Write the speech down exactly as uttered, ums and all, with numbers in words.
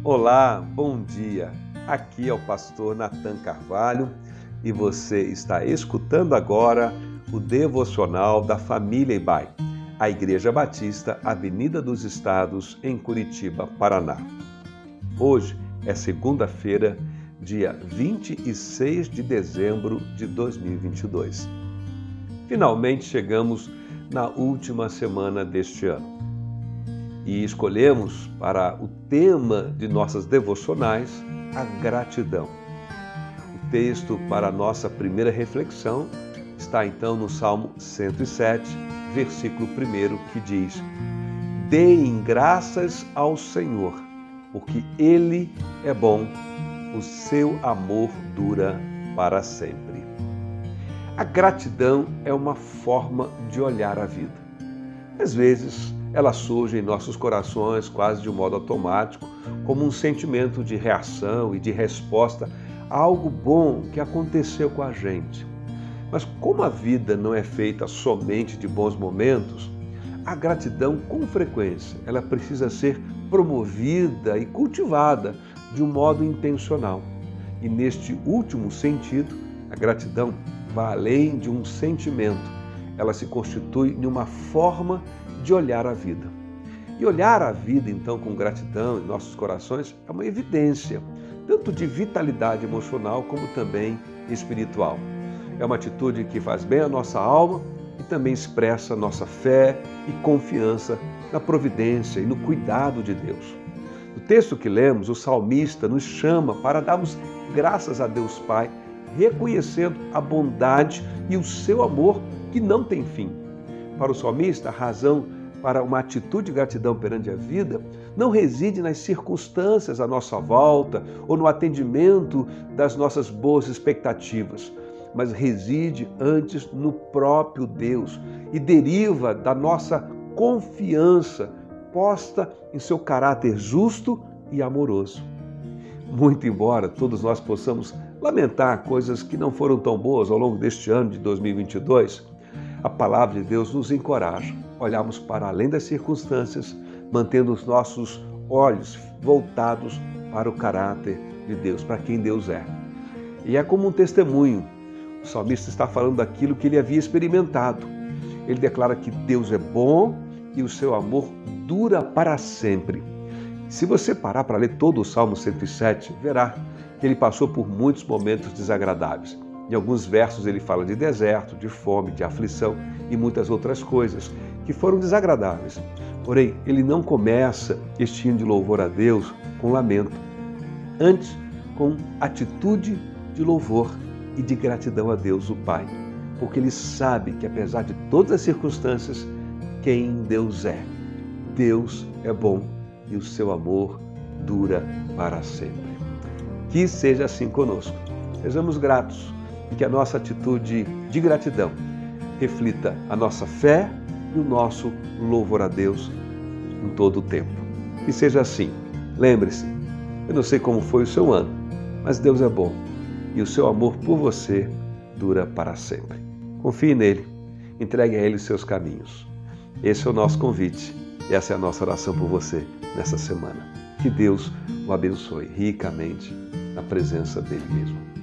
Olá, bom dia. Aqui é o pastor Nathan Carvalho e você está escutando agora o devocional da Família Ibai, a Igreja Batista, Avenida dos Estados, em Curitiba, Paraná. Hoje é segunda-feira, dia vinte e seis de dezembro de dois mil e vinte e dois. Finalmente chegamos na última semana deste ano e escolhemos para o tema de nossas devocionais a gratidão. O texto para a nossa primeira reflexão está então no Salmo cento e sete, versículo primeiro, que diz: Deem graças ao Senhor, porque Ele é bom, o seu amor dura para sempre. A gratidão é uma forma de olhar a vida. Às vezes, ela surge em nossos corações quase de um modo automático, como um sentimento de reação e de resposta a algo bom que aconteceu com a gente. Mas como a vida não é feita somente de bons momentos, a gratidão, com frequência, ela precisa ser promovida e cultivada de um modo intencional. E neste último sentido, a gratidão vai além de um sentimento. Ela se constitui em uma forma de olhar a vida. E olhar a vida, então, com gratidão em nossos corações é uma evidência, tanto de vitalidade emocional como também espiritual. É uma atitude que faz bem à nossa alma e também expressa nossa fé e confiança na providência e no cuidado de Deus. No texto que lemos, o salmista nos chama para darmos graças a Deus Pai, reconhecendo a bondade e o seu amor que não tem fim. Para o salmista, a razão para uma atitude de gratidão perante a vida não reside nas circunstâncias à nossa volta ou no atendimento das nossas boas expectativas, mas reside antes no próprio Deus e deriva da nossa confiança posta em seu caráter justo e amoroso. Muito embora todos nós possamos lamentar coisas que não foram tão boas ao longo deste ano de dois mil e vinte e dois, a palavra de Deus nos encoraja a olharmos para além das circunstâncias, mantendo os nossos olhos voltados para o caráter de Deus, para quem Deus é. E é como um testemunho. O salmista está falando daquilo que ele havia experimentado. Ele declara que Deus é bom e o seu amor dura para sempre. Se você parar para ler todo o Salmo cento e sete, verá que ele passou por muitos momentos desagradáveis. Em alguns versos ele fala de deserto, de fome, de aflição e muitas outras coisas que foram desagradáveis. Porém, ele não começa este hino de louvor a Deus com lamento, antes com atitude de louvor e de gratidão a Deus, o Pai, porque ele sabe que apesar de todas as circunstâncias, quem Deus é. Deus é bom e o seu amor dura para sempre. Que seja assim conosco. Sejamos gratos e que a nossa atitude de gratidão reflita a nossa fé e o nosso louvor a Deus em todo o tempo. Que seja assim. Lembre-se, eu não sei como foi o seu ano, mas Deus é bom e o seu amor por você dura para sempre. Confie nele, entregue a ele os seus caminhos. Esse é o nosso convite, essa é a nossa oração por você nessa semana. Que Deus o abençoe ricamente na presença dele mesmo.